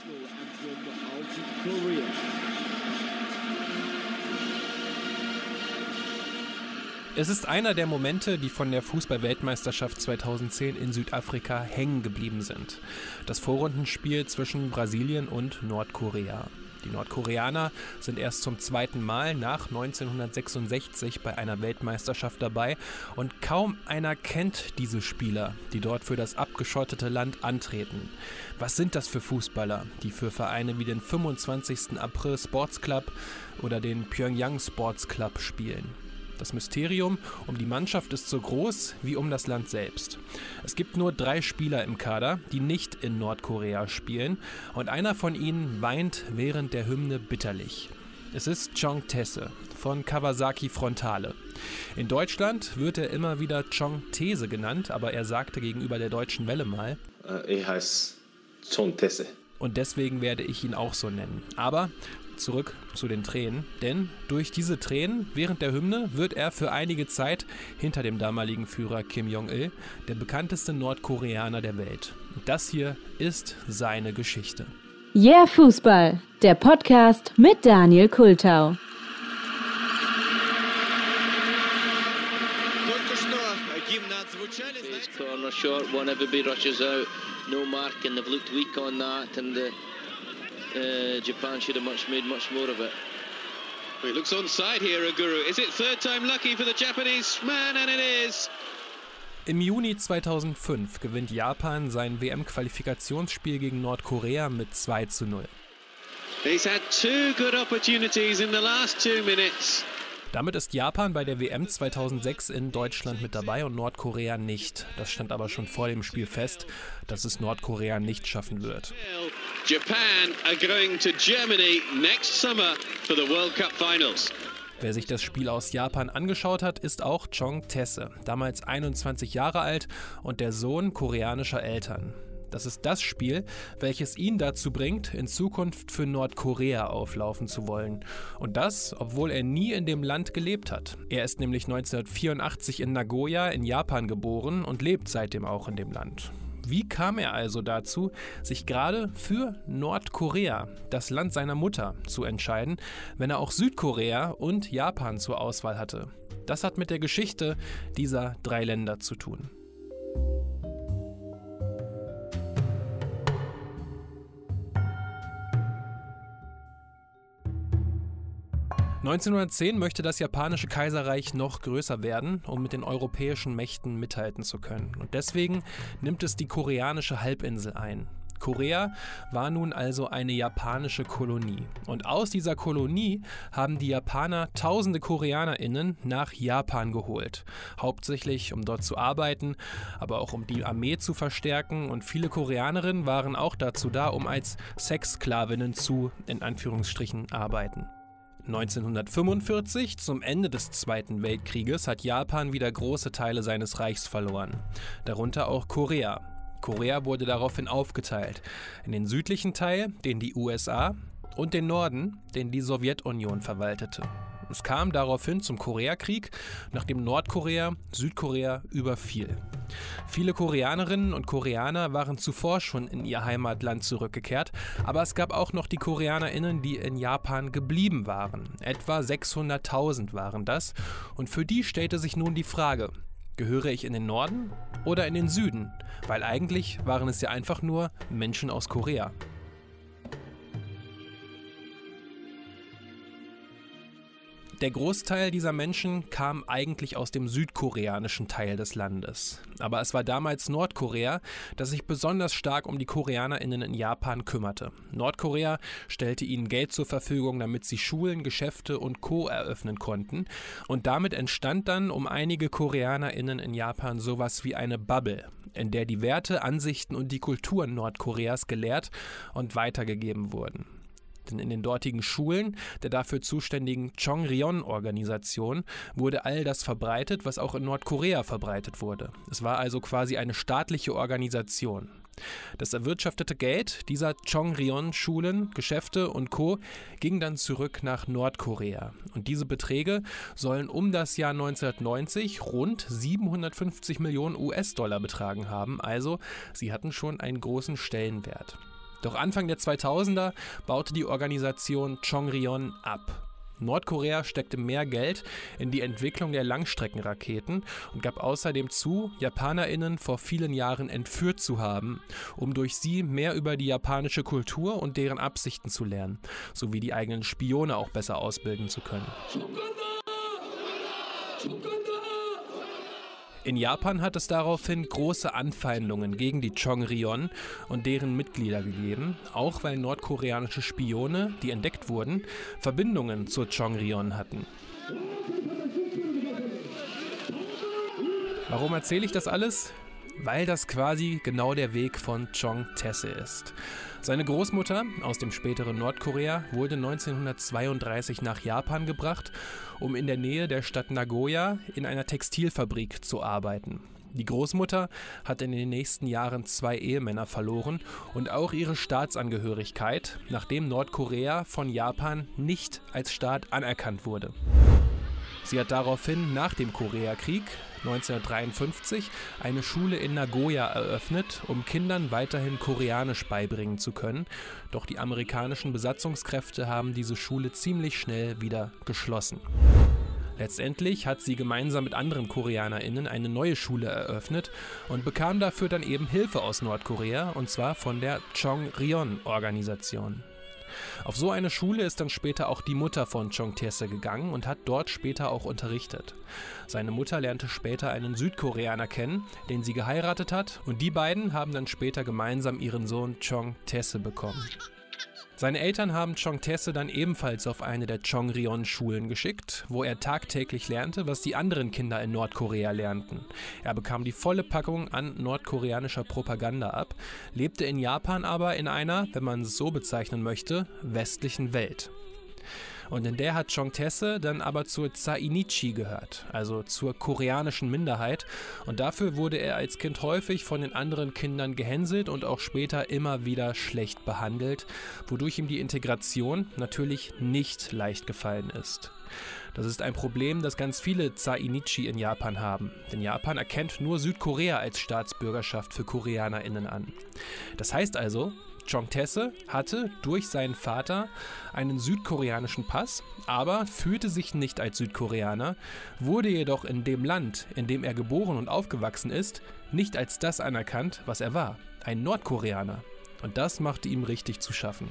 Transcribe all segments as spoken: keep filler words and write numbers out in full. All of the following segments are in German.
Es ist einer der Momente, die von der Fußball-Weltmeisterschaft zweitausendzehn in Südafrika hängen geblieben sind. Das Vorrundenspiel zwischen Brasilien und Nordkorea. Die Nordkoreaner sind erst zum zweiten Mal nach neunzehnhundertsechsundsechzig bei einer Weltmeisterschaft dabei und kaum einer kennt diese Spieler, die dort für das abgeschottete Land antreten. Was sind das für Fußballer, die für Vereine wie den fünfundzwanzigsten April Sports Club oder den Pyongyang Sports Club spielen? Das Mysterium um die Mannschaft ist so groß wie um das Land selbst. Es gibt nur drei Spieler im Kader, die nicht in Nordkorea spielen, und einer von ihnen weint während der Hymne bitterlich. Es ist Chong Tae-se von Kawasaki Frontale. In Deutschland wird er immer wieder Chong Tae-se genannt, aber er sagte gegenüber der Deutschen Welle mal: Er heißt Chong Tae-se. Und deswegen werde ich ihn auch so nennen. Aber zurück zu den Tränen, denn durch diese Tränen während der Hymne wird er für einige Zeit hinter dem damaligen Führer Kim Jong-il der bekannteste Nordkoreaner der Welt. Und das hier ist seine Geschichte. Yeah Fußball, der Podcast mit Daniel Kultau. Corner short, one everybody rushes out, no mark, and they've looked weak on that, and the Uh, Japan should have much made much more of it. Well, it looks onside here, Aguru. Is it third time lucky for the Japanese man? And it is. Im Juni zweitausendfünf gewinnt Japan sein W M-Qualifikationsspiel gegen Nordkorea mit zwei zu null. He's had two good opportunities in the last two minutes. Damit ist Japan bei der W M zweitausendsechs in Deutschland mit dabei und Nordkorea nicht. Das stand aber schon vor dem Spiel fest, dass es Nordkorea nicht schaffen wird. Japan are going to Germany next summer for the World Cup Finals. Wer sich das Spiel aus Japan angeschaut hat, ist auch Chong Tae-se, damals einundzwanzig Jahre alt und der Sohn koreanischer Eltern. Das ist das Spiel, welches ihn dazu bringt, in Zukunft für Nordkorea auflaufen zu wollen. Und das, obwohl er nie in dem Land gelebt hat. Er ist nämlich neunzehnhundertvierundachtzig in Nagoya in Japan geboren und lebt seitdem auch in dem Land. Wie kam er also dazu, sich gerade für Nordkorea, das Land seiner Mutter, zu entscheiden, wenn er auch Südkorea und Japan zur Auswahl hatte? Das hat mit der Geschichte dieser drei Länder zu tun. neunzehnhundertzehn möchte das japanische Kaiserreich noch größer werden, um mit den europäischen Mächten mithalten zu können. Und deswegen nimmt es die koreanische Halbinsel ein. Korea war nun also eine japanische Kolonie. Und aus dieser Kolonie haben die Japaner tausende KoreanerInnen nach Japan geholt. Hauptsächlich, um dort zu arbeiten, aber auch um die Armee zu verstärken. Und viele Koreanerinnen waren auch dazu da, um als Sexsklavinnen zu, in Anführungsstrichen, arbeiten. neunzehnhundertfünfundvierzig, zum Ende des Zweiten Weltkrieges, hat Japan wieder große Teile seines Reichs verloren, darunter auch Korea. Korea wurde daraufhin aufgeteilt in den südlichen Teil, den die U S A, und den Norden, den die Sowjetunion verwaltete. Es kam daraufhin zum Koreakrieg, nachdem Nordkorea Südkorea überfiel. Viele Koreanerinnen und Koreaner waren zuvor schon in ihr Heimatland zurückgekehrt, aber es gab auch noch die KoreanerInnen, die in Japan geblieben waren. Etwa sechshunderttausend waren das, und für die stellte sich nun die Frage: Gehöre ich in den Norden oder in den Süden? Weil eigentlich waren es ja einfach nur Menschen aus Korea. Der Großteil dieser Menschen kam eigentlich aus dem südkoreanischen Teil des Landes. Aber es war damals Nordkorea, das sich besonders stark um die KoreanerInnen in Japan kümmerte. Nordkorea stellte ihnen Geld zur Verfügung, damit sie Schulen, Geschäfte und Co. eröffnen konnten. Und damit entstand dann um einige KoreanerInnen in Japan sowas wie eine Bubble, in der die Werte, Ansichten und die Kulturen Nordkoreas gelehrt und weitergegeben wurden. Denn in den dortigen Schulen der dafür zuständigen Chongryon-Organisation wurde all das verbreitet, was auch in Nordkorea verbreitet wurde. Es war also quasi eine staatliche Organisation. Das erwirtschaftete Geld dieser Chongryon-Schulen, Geschäfte und Co. ging dann zurück nach Nordkorea. Und diese Beträge sollen um das Jahr neunzehnhundertneunzig rund siebenhundertfünfzig Millionen U S-Dollar betragen haben. Also sie hatten schon einen großen Stellenwert. Doch Anfang der zweitausender baute die Organisation Chongryon ab. Nordkorea steckte mehr Geld in die Entwicklung der Langstreckenraketen und gab außerdem zu, JapanerInnen vor vielen Jahren entführt zu haben, um durch sie mehr über die japanische Kultur und deren Absichten zu lernen, sowie die eigenen Spione auch besser ausbilden zu können. In Japan hat es daraufhin große Anfeindungen gegen die Chongryon und deren Mitglieder gegeben, auch weil nordkoreanische Spione, die entdeckt wurden, Verbindungen zur Chongryon hatten. Warum erzähle ich das alles? Weil das quasi genau der Weg von Chong Tae-se ist. Seine Großmutter aus dem späteren Nordkorea wurde neunzehnhundertzweiunddreißig nach Japan gebracht, um in der Nähe der Stadt Nagoya in einer Textilfabrik zu arbeiten. Die Großmutter hat in den nächsten Jahren zwei Ehemänner verloren und auch ihre Staatsangehörigkeit, nachdem Nordkorea von Japan nicht als Staat anerkannt wurde. Sie hat daraufhin nach dem Koreakrieg neunzehnhundertdreiundfünfzig eine Schule in Nagoya eröffnet, um Kindern weiterhin Koreanisch beibringen zu können. Doch die amerikanischen Besatzungskräfte haben diese Schule ziemlich schnell wieder geschlossen. Letztendlich hat sie gemeinsam mit anderen KoreanerInnen eine neue Schule eröffnet und bekam dafür dann eben Hilfe aus Nordkorea, und zwar von der Chongryon-Organisation. Auf so eine Schule ist dann später auch die Mutter von Chong Tae-se gegangen und hat dort später auch unterrichtet. Seine Mutter lernte später einen Südkoreaner kennen, den sie geheiratet hat, und die beiden haben dann später gemeinsam ihren Sohn Chong Tae-se bekommen. Seine Eltern haben Chong Tae-se dann ebenfalls auf eine der Chongryon-Schulen geschickt, wo er tagtäglich lernte, was die anderen Kinder in Nordkorea lernten. Er bekam die volle Packung an nordkoreanischer Propaganda ab, lebte in Japan aber in einer, wenn man es so bezeichnen möchte, westlichen Welt. Und in der hat Chong Tae-se dann aber zur Zainichi gehört, also zur koreanischen Minderheit. Und dafür wurde er als Kind häufig von den anderen Kindern gehänselt und auch später immer wieder schlecht behandelt, wodurch ihm die Integration natürlich nicht leicht gefallen ist. Das ist ein Problem, das ganz viele Zainichi in Japan haben, denn Japan erkennt nur Südkorea als Staatsbürgerschaft für KoreanerInnen an. Das heißt also, Chong Tae-se hatte durch seinen Vater einen südkoreanischen Pass, aber fühlte sich nicht als Südkoreaner, wurde jedoch in dem Land, in dem er geboren und aufgewachsen ist, nicht als das anerkannt, was er war, ein Nordkoreaner. Und das machte ihm richtig zu schaffen.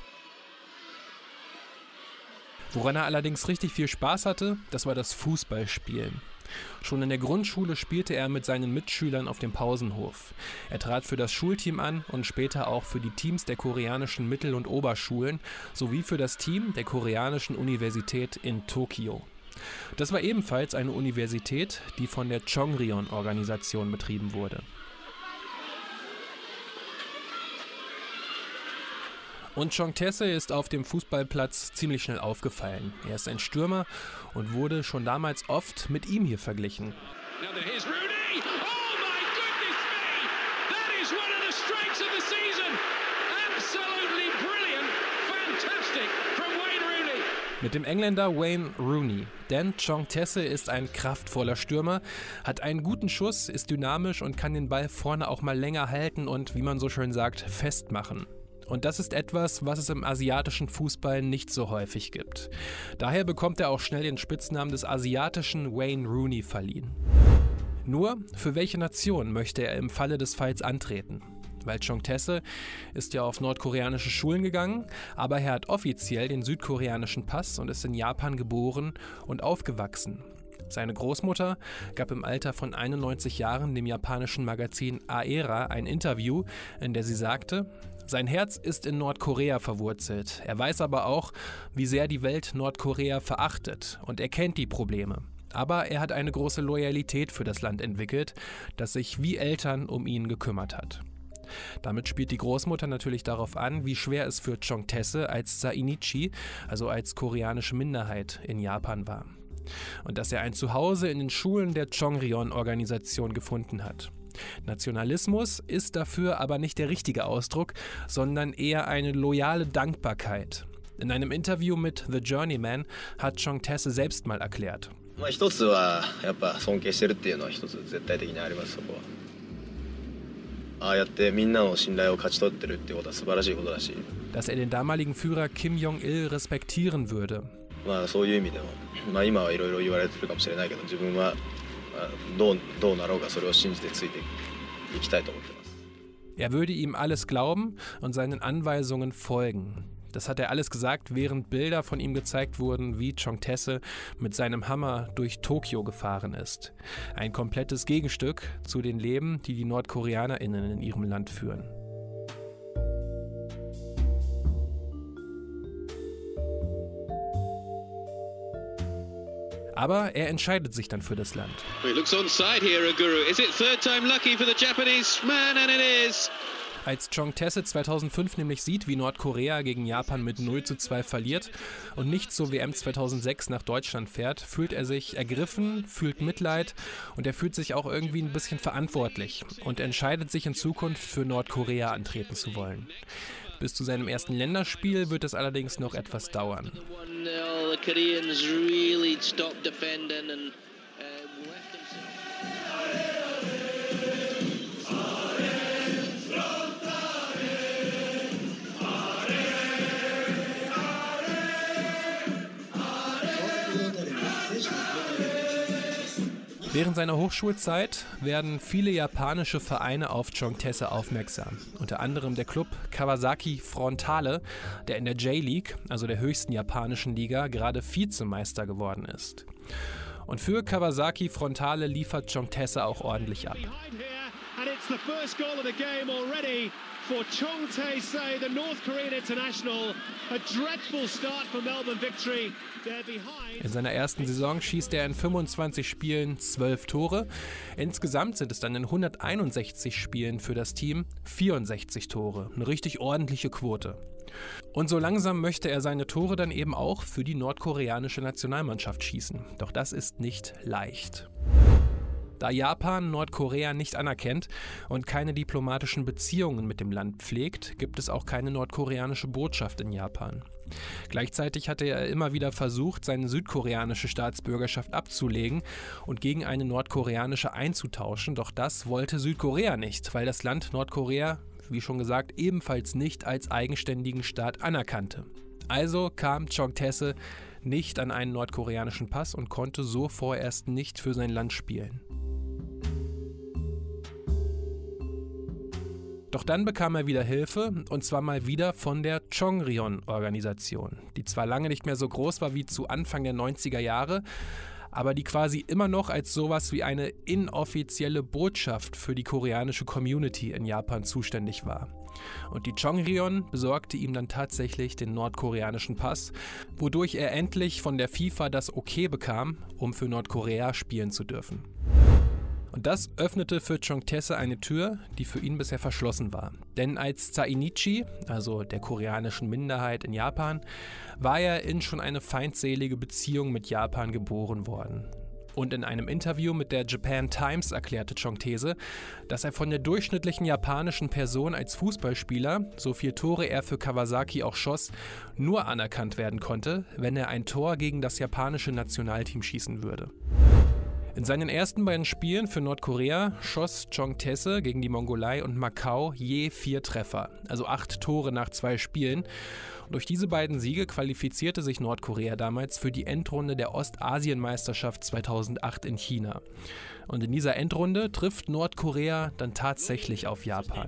Woran er allerdings richtig viel Spaß hatte, das war das Fußballspielen. Schon in der Grundschule spielte er mit seinen Mitschülern auf dem Pausenhof. Er trat für das Schulteam an und später auch für die Teams der koreanischen Mittel- und Oberschulen sowie für das Team der koreanischen Universität in Tokio. Das war ebenfalls eine Universität, die von der Chongryon-Organisation betrieben wurde. Und Chong Tae-se ist auf dem Fußballplatz ziemlich schnell aufgefallen. Er ist ein Stürmer und wurde schon damals oft mit ihm hier verglichen. Mit dem Engländer Wayne Rooney. Denn Chong Tae-se ist ein kraftvoller Stürmer, hat einen guten Schuss, ist dynamisch und kann den Ball vorne auch mal länger halten und, wie man so schön sagt, festmachen. Und das ist etwas, was es im asiatischen Fußball nicht so häufig gibt. Daher bekommt er auch schnell den Spitznamen des asiatischen Wayne Rooney verliehen. Nur, für welche Nation möchte er im Falle des Falls antreten? Weil Chong Tae-se ist ja auf nordkoreanische Schulen gegangen, aber er hat offiziell den südkoreanischen Pass und ist in Japan geboren und aufgewachsen. Seine Großmutter gab im Alter von einundneunzig Jahren dem japanischen Magazin Aera ein Interview, in der sie sagte: Sein Herz ist in Nordkorea verwurzelt. Er weiß aber auch, wie sehr die Welt Nordkorea verachtet, und er kennt die Probleme. Aber er hat eine große Loyalität für das Land entwickelt, das sich wie Eltern um ihn gekümmert hat. Damit spielt die Großmutter natürlich darauf an, wie schwer es für Chong Tae-se als Zainichi, also als koreanische Minderheit, in Japan war. Und dass er ein Zuhause in den Schulen der Chongryon-Organisation gefunden hat. Nationalismus ist dafür aber nicht der richtige Ausdruck, sondern eher eine loyale Dankbarkeit. In einem Interview mit The Journeyman hat Chong Tae-se selbst mal erklärt. dass er den damaligen Führer Kim Jong-il respektieren würde. Er würde ihm alles glauben und seinen Anweisungen folgen. Das hat er alles gesagt, während Bilder von ihm gezeigt wurden, wie Chong Tae-se mit seinem Hammer durch Tokio gefahren ist. Ein komplettes Gegenstück zu den Leben, die die NordkoreanerInnen in ihrem Land führen. Aber er entscheidet sich dann für das Land. It looks onside here, Aguru. Is it third time lucky for the Japanese man? And it is. Als Chong Tae-se zweitausendfünf nämlich sieht, wie Nordkorea gegen Japan mit null zu zwei verliert und nicht zur W M zweitausendsechs nach Deutschland fährt, fühlt er sich ergriffen, fühlt Mitleid und er fühlt sich auch irgendwie ein bisschen verantwortlich und entscheidet sich in Zukunft für Nordkorea antreten zu wollen. Bis zu seinem ersten Länderspiel wird es allerdings noch etwas dauern. Während seiner Hochschulzeit werden viele japanische Vereine auf Chong Tae-se aufmerksam. Unter anderem der Club Kawasaki Frontale, der in der J-League, also der höchsten japanischen Liga, gerade Vizemeister geworden ist. Und für Kawasaki Frontale liefert Chong Tae-se auch ordentlich ab. For Chong Tae-se, the North Korean international, a dreadful start for Melbourne Victory. In seiner ersten Saison schießt er in fünfundzwanzig Spielen zwölf Tore. Insgesamt sind es dann in hunderteinundsechzig Spielen für das Team vierundsechzig Tore. Eine richtig ordentliche Quote. Und so langsam möchte er seine Tore dann eben auch für die nordkoreanische Nationalmannschaft schießen. Doch das ist nicht leicht. Da Japan Nordkorea nicht anerkennt und keine diplomatischen Beziehungen mit dem Land pflegt, gibt es auch keine nordkoreanische Botschaft in Japan. Gleichzeitig hatte er immer wieder versucht, seine südkoreanische Staatsbürgerschaft abzulegen und gegen eine nordkoreanische einzutauschen, doch das wollte Südkorea nicht, weil das Land Nordkorea, wie schon gesagt, ebenfalls nicht als eigenständigen Staat anerkannte. Also kam Chong Tae-se nicht an einen nordkoreanischen Pass und konnte so vorerst nicht für sein Land spielen. Doch dann bekam er wieder Hilfe, und zwar mal wieder von der Chongryon-Organisation, die zwar lange nicht mehr so groß war wie zu Anfang der neunziger Jahre, aber die quasi immer noch als sowas wie eine inoffizielle Botschaft für die koreanische Community in Japan zuständig war. Und die Chongryon besorgte ihm dann tatsächlich den nordkoreanischen Pass, wodurch er endlich von der FIFA das Okay bekam, um für Nordkorea spielen zu dürfen. Und das öffnete für Chong Tae-se eine Tür, die für ihn bisher verschlossen war. Denn als Zainichi, also der koreanischen Minderheit in Japan, war er in schon eine feindselige Beziehung mit Japan geboren worden. Und in einem Interview mit der Japan Times erklärte Chong Tae-se, dass er von der durchschnittlichen japanischen Person als Fußballspieler, so viel Tore er für Kawasaki auch schoss, nur anerkannt werden konnte, wenn er ein Tor gegen das japanische Nationalteam schießen würde. In seinen ersten beiden Spielen für Nordkorea schoss Chong Tae-se gegen die Mongolei und Macau je vier Treffer, also acht Tore nach zwei Spielen. Und durch diese beiden Siege qualifizierte sich Nordkorea damals für die Endrunde der Ostasienmeisterschaft zweitausendacht in China. Und in dieser Endrunde trifft Nordkorea dann tatsächlich auf Japan.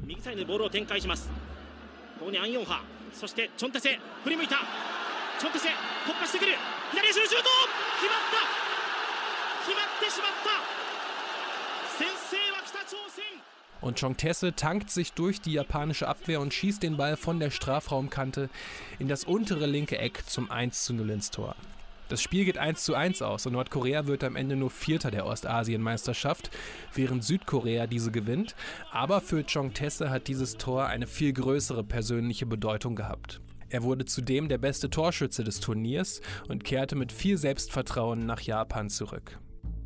Und Chong Tae-se tankt sich durch die japanische Abwehr und schießt den Ball von der Strafraumkante in das untere linke Eck zum eins zu null ins Tor. Das Spiel geht eins zu eins aus und Nordkorea wird am Ende nur Vierter der Ostasienmeisterschaft, während Südkorea diese gewinnt. Aber für Chong Tae-se hat dieses Tor eine viel größere persönliche Bedeutung gehabt. Er wurde zudem der beste Torschütze des Turniers und kehrte mit viel Selbstvertrauen nach Japan zurück.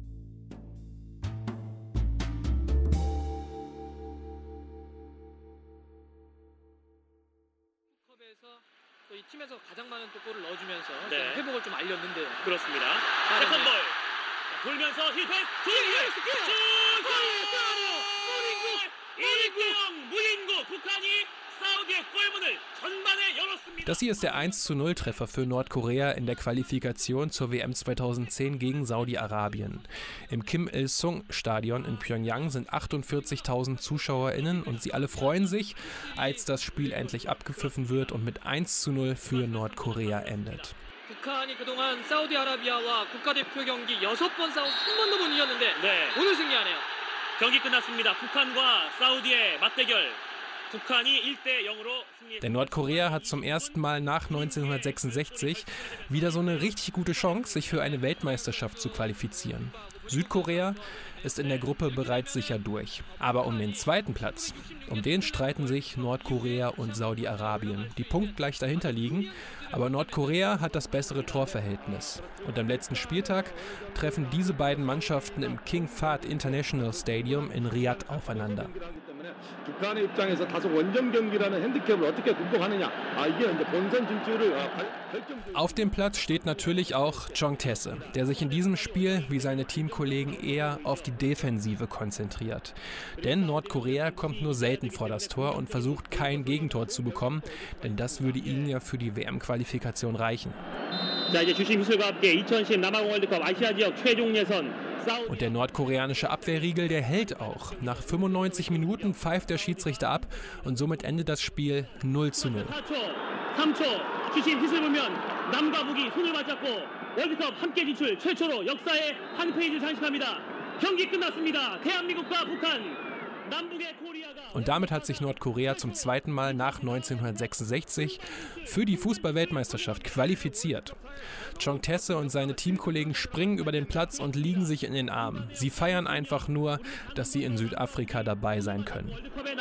저희 팀에서 가장 많은 또 골을 넣어주면서 네. 회복을 좀 알렸는데요. 그렇습니다. 세컨볼 돌면서 힐패스 슛! Das hier ist der eins zu null Treffer für Nordkorea in der Qualifikation zur W M zweitausendzehn gegen Saudi-Arabien. Im Kim Il-sung-Stadion in Pjöngjang sind achtundvierzigtausend ZuschauerInnen und sie alle freuen sich, als das Spiel endlich abgepfiffen wird und mit eins zu null für Nordkorea endet. 북한이 그동안 사우디아라비아와 국가대표 경기 여섯 번 싸워 한 번도 못 이겼는데 네. 오늘 승리하네요. 경기 끝났습니다. 북한과 사우디의 맞대결. Denn Nordkorea hat zum ersten Mal nach neunzehnhundertsechsundsechzig wieder so eine richtig gute Chance, sich für eine Weltmeisterschaft zu qualifizieren. Südkorea ist in der Gruppe bereits sicher durch. Aber um den zweiten Platz, um den streiten sich Nordkorea und Saudi-Arabien, die punktgleich dahinter liegen. Aber Nordkorea hat das bessere Torverhältnis. Und am letzten Spieltag treffen diese beiden Mannschaften im King Fahd International Stadium in Riyadh aufeinander. Auf dem Platz steht natürlich auch Chong Tae-se, der sich in diesem Spiel wie seine Teamkollegen eher auf die Defensive konzentriert. Denn Nordkorea kommt nur selten vor das Tor und versucht kein Gegentor zu bekommen, denn das würde ihnen ja für die W M-Qualifikation reichen. Und der nordkoreanische Abwehrriegel, der hält auch. Nach fünfundneunzig Minuten pfeift der Schiedsrichter ab und somit endet das Spiel null zu null. Und damit hat sich Nordkorea zum zweiten Mal nach neunzehnhundertsechsundsechzig für die Fußball-Weltmeisterschaft qualifiziert. Chong Tae-se und seine Teamkollegen springen über den Platz und liegen sich in den Armen. Sie feiern einfach nur, dass sie in Südafrika dabei sein können.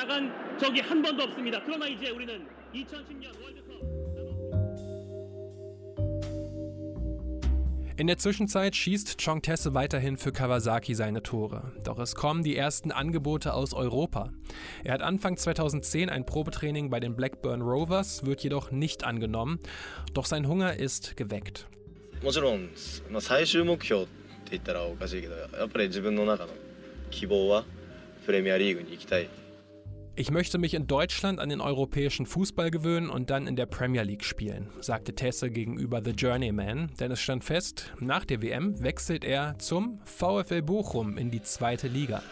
In der Zwischenzeit schießt Chong Tae-se weiterhin für Kawasaki seine Tore. Doch es kommen die ersten Angebote aus Europa. Er hat Anfang zweitausendzehn ein Probetraining bei den Blackburn Rovers, wird jedoch nicht angenommen. Doch sein Hunger ist geweckt. もちろん最終目標って言ったらおかしいけど、やっぱり自分の中の希望はプレミアリーグに行きたい。 Ich möchte mich in Deutschland an den europäischen Fußball gewöhnen und dann in der Premier League spielen, sagte Tae-se gegenüber The Journeyman, denn es stand fest, nach der W M wechselt er zum VfL Bochum in die zweite Liga.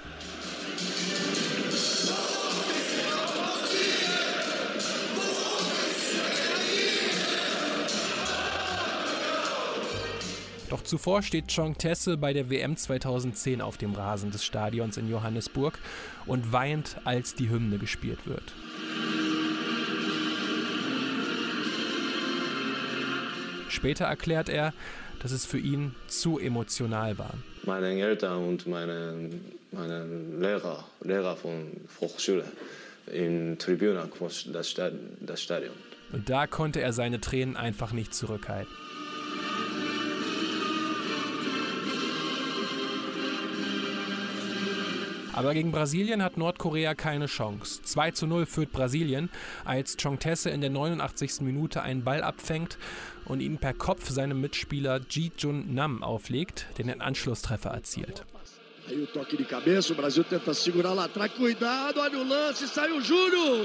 Doch zuvor steht Chong Tae-se bei der W M zweitausendzehn auf dem Rasen des Stadions in Johannesburg und weint, als die Hymne gespielt wird. Später erklärt er, dass es für ihn zu emotional war. Meine Eltern und meine, meine Lehrer, Lehrer von Hochschule in Tribüne das Stadion. Und da konnte er seine Tränen einfach nicht zurückhalten. Aber gegen Brasilien hat Nordkorea keine Chance. zwei zu null führt Brasilien, als Chong Tae-se in der neunundachtzigsten Minute einen Ball abfängt und ihn per Kopf seinem Mitspieler Ji Jun Nam auflegt, der den Anschlusstreffer erzielt. Aí o toque de cabeça, o Brasil tenta segurar lá atrás. Cuidado, olha o lance, sai o Júnior!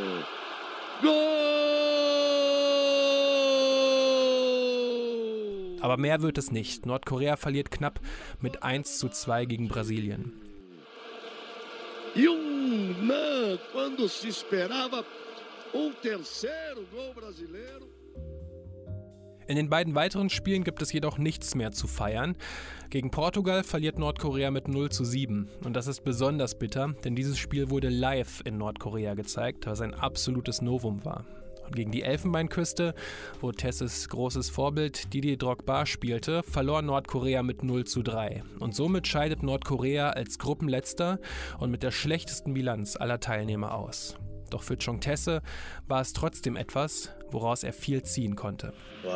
Gol! Aber mehr wird es nicht. Nordkorea verliert knapp mit eins zu zwei gegen Brasilien. E um não, quando se esperava um terceiro gol brasileiro. In den beiden weiteren Spielen gibt es jedoch nichts mehr zu feiern. Gegen Portugal verliert Nordkorea mit null zu sieben. Und das ist besonders bitter, denn dieses Spiel wurde live in Nordkorea gezeigt, was ein absolutes Novum war. Und gegen die Elfenbeinküste, wo Tae-ses großes Vorbild Didier Drogba spielte, verlor Nordkorea mit null zu drei. Und somit scheidet Nordkorea als Gruppenletzter und mit der schlechtesten Bilanz aller Teilnehmer aus. Doch für Chong Tae-se war es trotzdem etwas, woraus er viel ziehen konnte.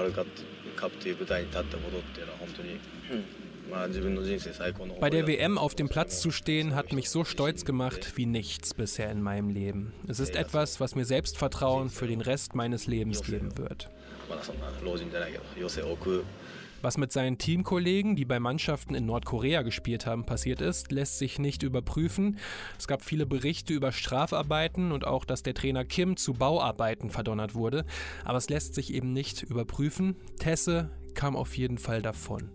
Bei der W M auf dem Platz zu stehen, hat mich so stolz gemacht wie nichts bisher in meinem Leben. Es ist etwas, was mir Selbstvertrauen für den Rest meines Lebens geben wird. Was mit seinen Teamkollegen, die bei Mannschaften in Nordkorea gespielt haben, passiert ist, lässt sich nicht überprüfen. Es gab viele Berichte über Strafarbeiten und auch, dass der Trainer Kim zu Bauarbeiten verdonnert wurde. Aber es lässt sich eben nicht überprüfen. Tesse kam auf jeden Fall davon.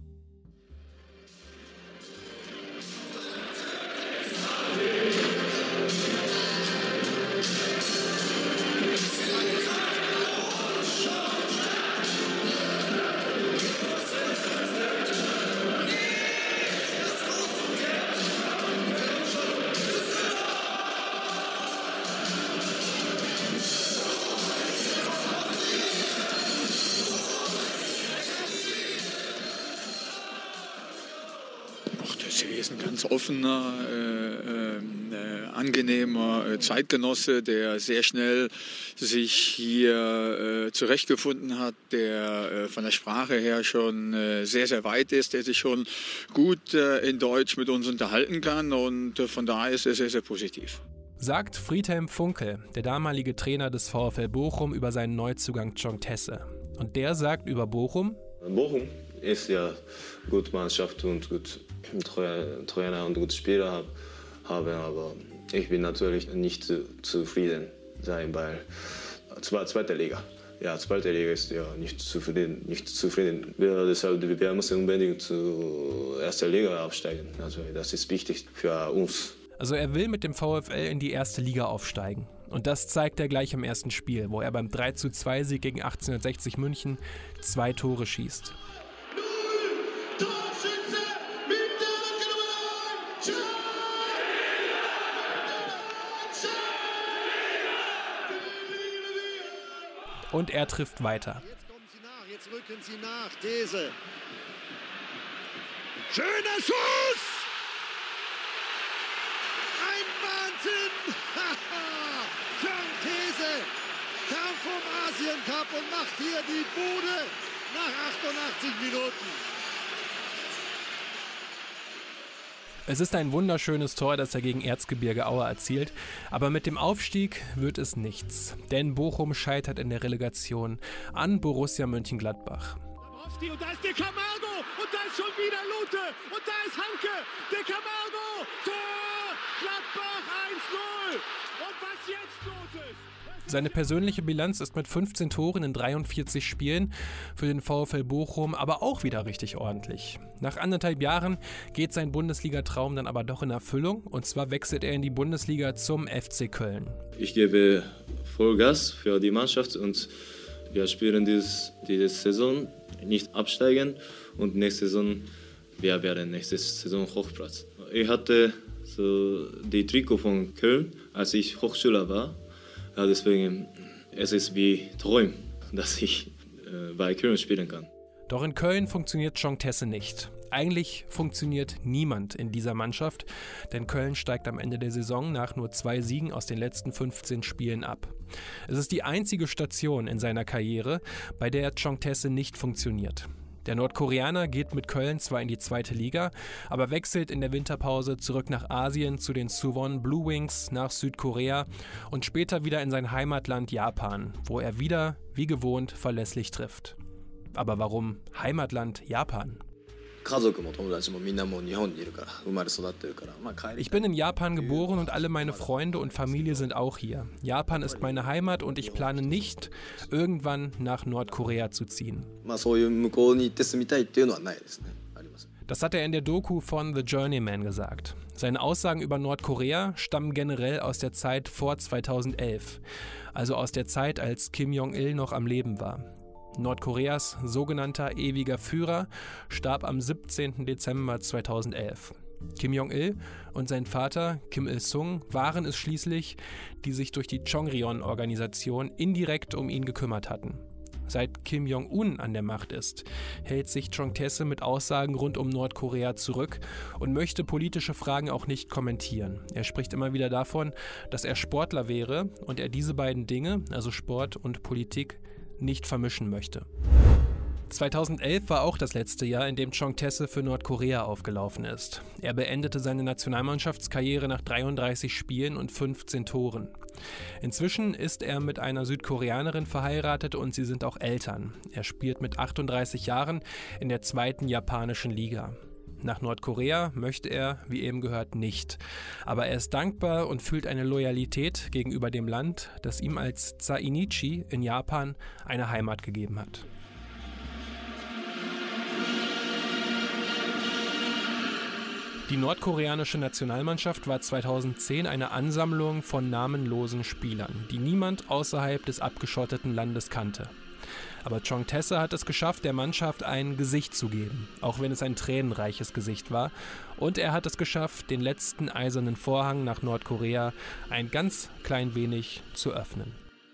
Sie ist ein ganz offener, äh, äh, angenehmer äh, Zeitgenosse, der sehr schnell sich hier äh, zurechtgefunden hat, der äh, von der Sprache her schon äh, sehr, sehr weit ist, der sich schon gut äh, in Deutsch mit uns unterhalten kann und äh, von daher ist er sehr, sehr positiv. Sagt Friedhelm Funkel, der damalige Trainer des VfL Bochum, über seinen Neuzugang Chong Tesse. Und der sagt über Bochum: Bochum ist ja gute Mannschaft und gut Trainer und gute Spieler haben, aber ich bin natürlich nicht zu, zufrieden sein, weil zweite Liga. Ja, zweite Liga ist ja nicht zufrieden. Nicht zufrieden. Wir, deshalb, wir müssen unbedingt zur ersten Liga aufsteigen. Also das ist wichtig für uns. Also er will mit dem VfL in die erste Liga aufsteigen. Und das zeigt er gleich im ersten Spiel, wo er beim drei zu zwei Sieg gegen achtzehnhundertsechzig München zwei Tore schießt. Und er trifft weiter. Jetzt kommen sie nach, jetzt rücken sie nach. Tese. Schöner Schuss! Ein Wahnsinn! Chong Tese kam vom Asien Cup und macht hier die Bude nach achtundachtzig Minuten. Es ist ein wunderschönes Tor, das er gegen Erzgebirge Aue erzielt, aber mit dem Aufstieg wird es nichts. Denn Bochum scheitert in der Relegation an Borussia Mönchengladbach. Und da ist De Camargo und da ist schon wieder Lute und da ist Hanke. De Camargo, Tor, Gladbach eins null. Und was jetzt los ist? Seine persönliche Bilanz ist mit fünfzehn Toren in dreiundvierzig Spielen für den VfL Bochum aber auch wieder richtig ordentlich. Nach anderthalb Jahren geht sein Bundesliga-Traum dann aber doch in Erfüllung, und zwar wechselt er in die Bundesliga zum F C Köln. Ich gebe Vollgas für die Mannschaft und wir spielen dieses, diese Saison nicht absteigen und nächste Saison, wir werden nächste Saison Hochplatz. Ich hatte so die Trikot von Köln, als ich Hochschüler war. Ja, deswegen es ist es wie Träum, dass ich äh, bei Köln spielen kann. Doch in Köln funktioniert Chong Tesse nicht. Eigentlich funktioniert niemand in dieser Mannschaft, denn Köln steigt am Ende der Saison nach nur zwei Siegen aus den letzten fünfzehn Spielen ab. Es ist die einzige Station in seiner Karriere, bei der Chong Tesse nicht funktioniert. Der Nordkoreaner geht mit Köln zwar in die zweite Liga, aber wechselt in der Winterpause zurück nach Asien zu den Suwon Blue Wings nach Südkorea und später wieder in sein Heimatland Japan, wo er wieder, wie gewohnt, verlässlich trifft. Aber warum Heimatland Japan? Ich bin in Japan geboren und alle meine Freunde und Familie sind auch hier. Japan ist meine Heimat und ich plane nicht, irgendwann nach Nordkorea zu ziehen. Das hat er in der Doku von The Journeyman gesagt. Seine Aussagen über Nordkorea stammen generell aus der Zeit vor zweitausendelf, also aus der Zeit, als Kim Jong-il noch am Leben war. Nordkoreas sogenannter ewiger Führer starb am siebzehnten Dezember zweitausendelf. Kim Jong-il und sein Vater Kim Il-sung waren es schließlich, die sich durch die Chonryon-Organisation indirekt um ihn gekümmert hatten. Seit Kim Jong-un an der Macht ist, hält sich Chong Tesse mit Aussagen rund um Nordkorea zurück und möchte politische Fragen auch nicht kommentieren. Er spricht immer wieder davon, dass er Sportler wäre und er diese beiden Dinge, also Sport und Politik, nicht vermischen möchte. zweitausendelf war auch das letzte Jahr, in dem Chong Tesse für Nordkorea aufgelaufen ist. Er beendete seine Nationalmannschaftskarriere nach dreiunddreißig Spielen und fünfzehn Toren. Inzwischen ist er mit einer Südkoreanerin verheiratet und sie sind auch Eltern. Er spielt mit achtunddreißig Jahren in der zweiten japanischen Liga. Nach Nordkorea möchte er, wie eben gehört, nicht. Aber er ist dankbar und fühlt eine Loyalität gegenüber dem Land, das ihm als Zainichi in Japan eine Heimat gegeben hat. Die nordkoreanische Nationalmannschaft war zweitausendzehn eine Ansammlung von namenlosen Spielern, die niemand außerhalb des abgeschotteten Landes kannte. Aber Chong Tae-se hat es geschafft, der Mannschaft ein Gesicht zu geben, auch wenn es ein tränenreiches Gesicht war. Und er hat es geschafft, den letzten eisernen Vorhang nach Nordkorea ein ganz klein wenig zu öffnen.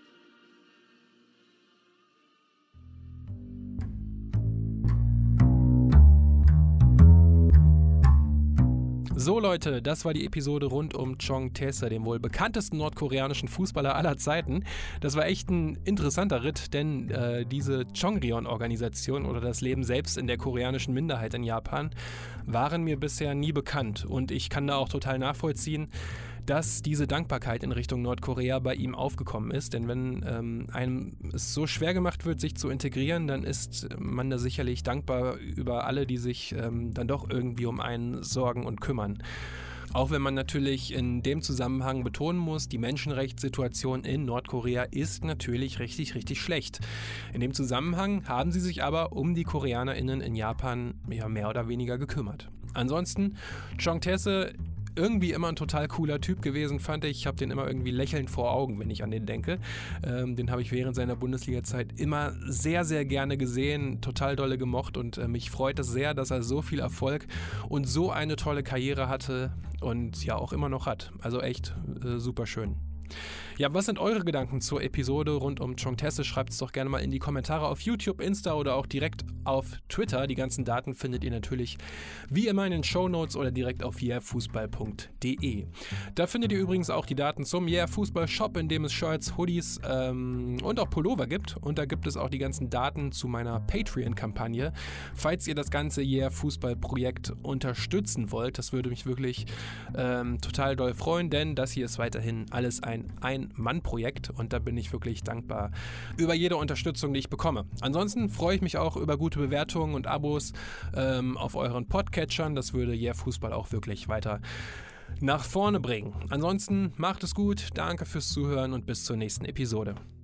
So Leute, das war die Episode rund um Chong Tae-se, dem wohl bekanntesten nordkoreanischen Fußballer aller Zeiten. Das war echt ein interessanter Ritt, denn äh, diese Chongryon-Organisation oder das Leben selbst in der koreanischen Minderheit in Japan waren mir bisher nie bekannt. Und ich kann da auch total nachvollziehen, dass diese Dankbarkeit in Richtung Nordkorea bei ihm aufgekommen ist. Denn wenn ähm, einem es so schwer gemacht wird, sich zu integrieren, dann ist man da sicherlich dankbar über alle, die sich ähm, dann doch irgendwie um einen sorgen und kümmern. Auch wenn man natürlich in dem Zusammenhang betonen muss, die Menschenrechtssituation in Nordkorea ist natürlich richtig, richtig schlecht. In dem Zusammenhang haben sie sich aber um die KoreanerInnen in Japan ja, mehr oder weniger gekümmert. Ansonsten, Chong Tae-se irgendwie immer ein total cooler Typ gewesen, fand ich. Ich habe den immer irgendwie lächelnd vor Augen, wenn ich an den denke. Ähm, den habe ich während seiner Bundesliga-Zeit immer sehr, sehr gerne gesehen, total dolle gemocht und äh, mich freut es sehr, dass er so viel Erfolg und so eine tolle Karriere hatte und ja auch immer noch hat. Also echt äh, super schön. Ja, was sind eure Gedanken zur Episode rund um Chong Tae-se? Schreibt es doch gerne mal in die Kommentare auf YouTube, Insta oder auch direkt auf Twitter. Die ganzen Daten findet ihr natürlich wie immer in den Shownotes oder direkt auf yeahfußball punkt de. Da findet ihr übrigens auch die Daten zum Yeah Fußball Shop, in dem es Shirts, Hoodies ähm, und auch Pullover gibt. Und da gibt es auch die ganzen Daten zu meiner Patreon-Kampagne. Falls ihr das ganze Yeah Fußball Projekt unterstützen wollt, das würde mich wirklich ähm, total doll freuen, denn das hier ist weiterhin alles ein Ein-Mann-Projekt und da bin ich wirklich dankbar über jede Unterstützung, die ich bekomme. Ansonsten freue ich mich auch über gute Bewertungen und Abos ähm, auf euren Podcatchern. Das würde Yeah Fußball auch wirklich weiter nach vorne bringen. Ansonsten macht es gut, danke fürs Zuhören und bis zur nächsten Episode.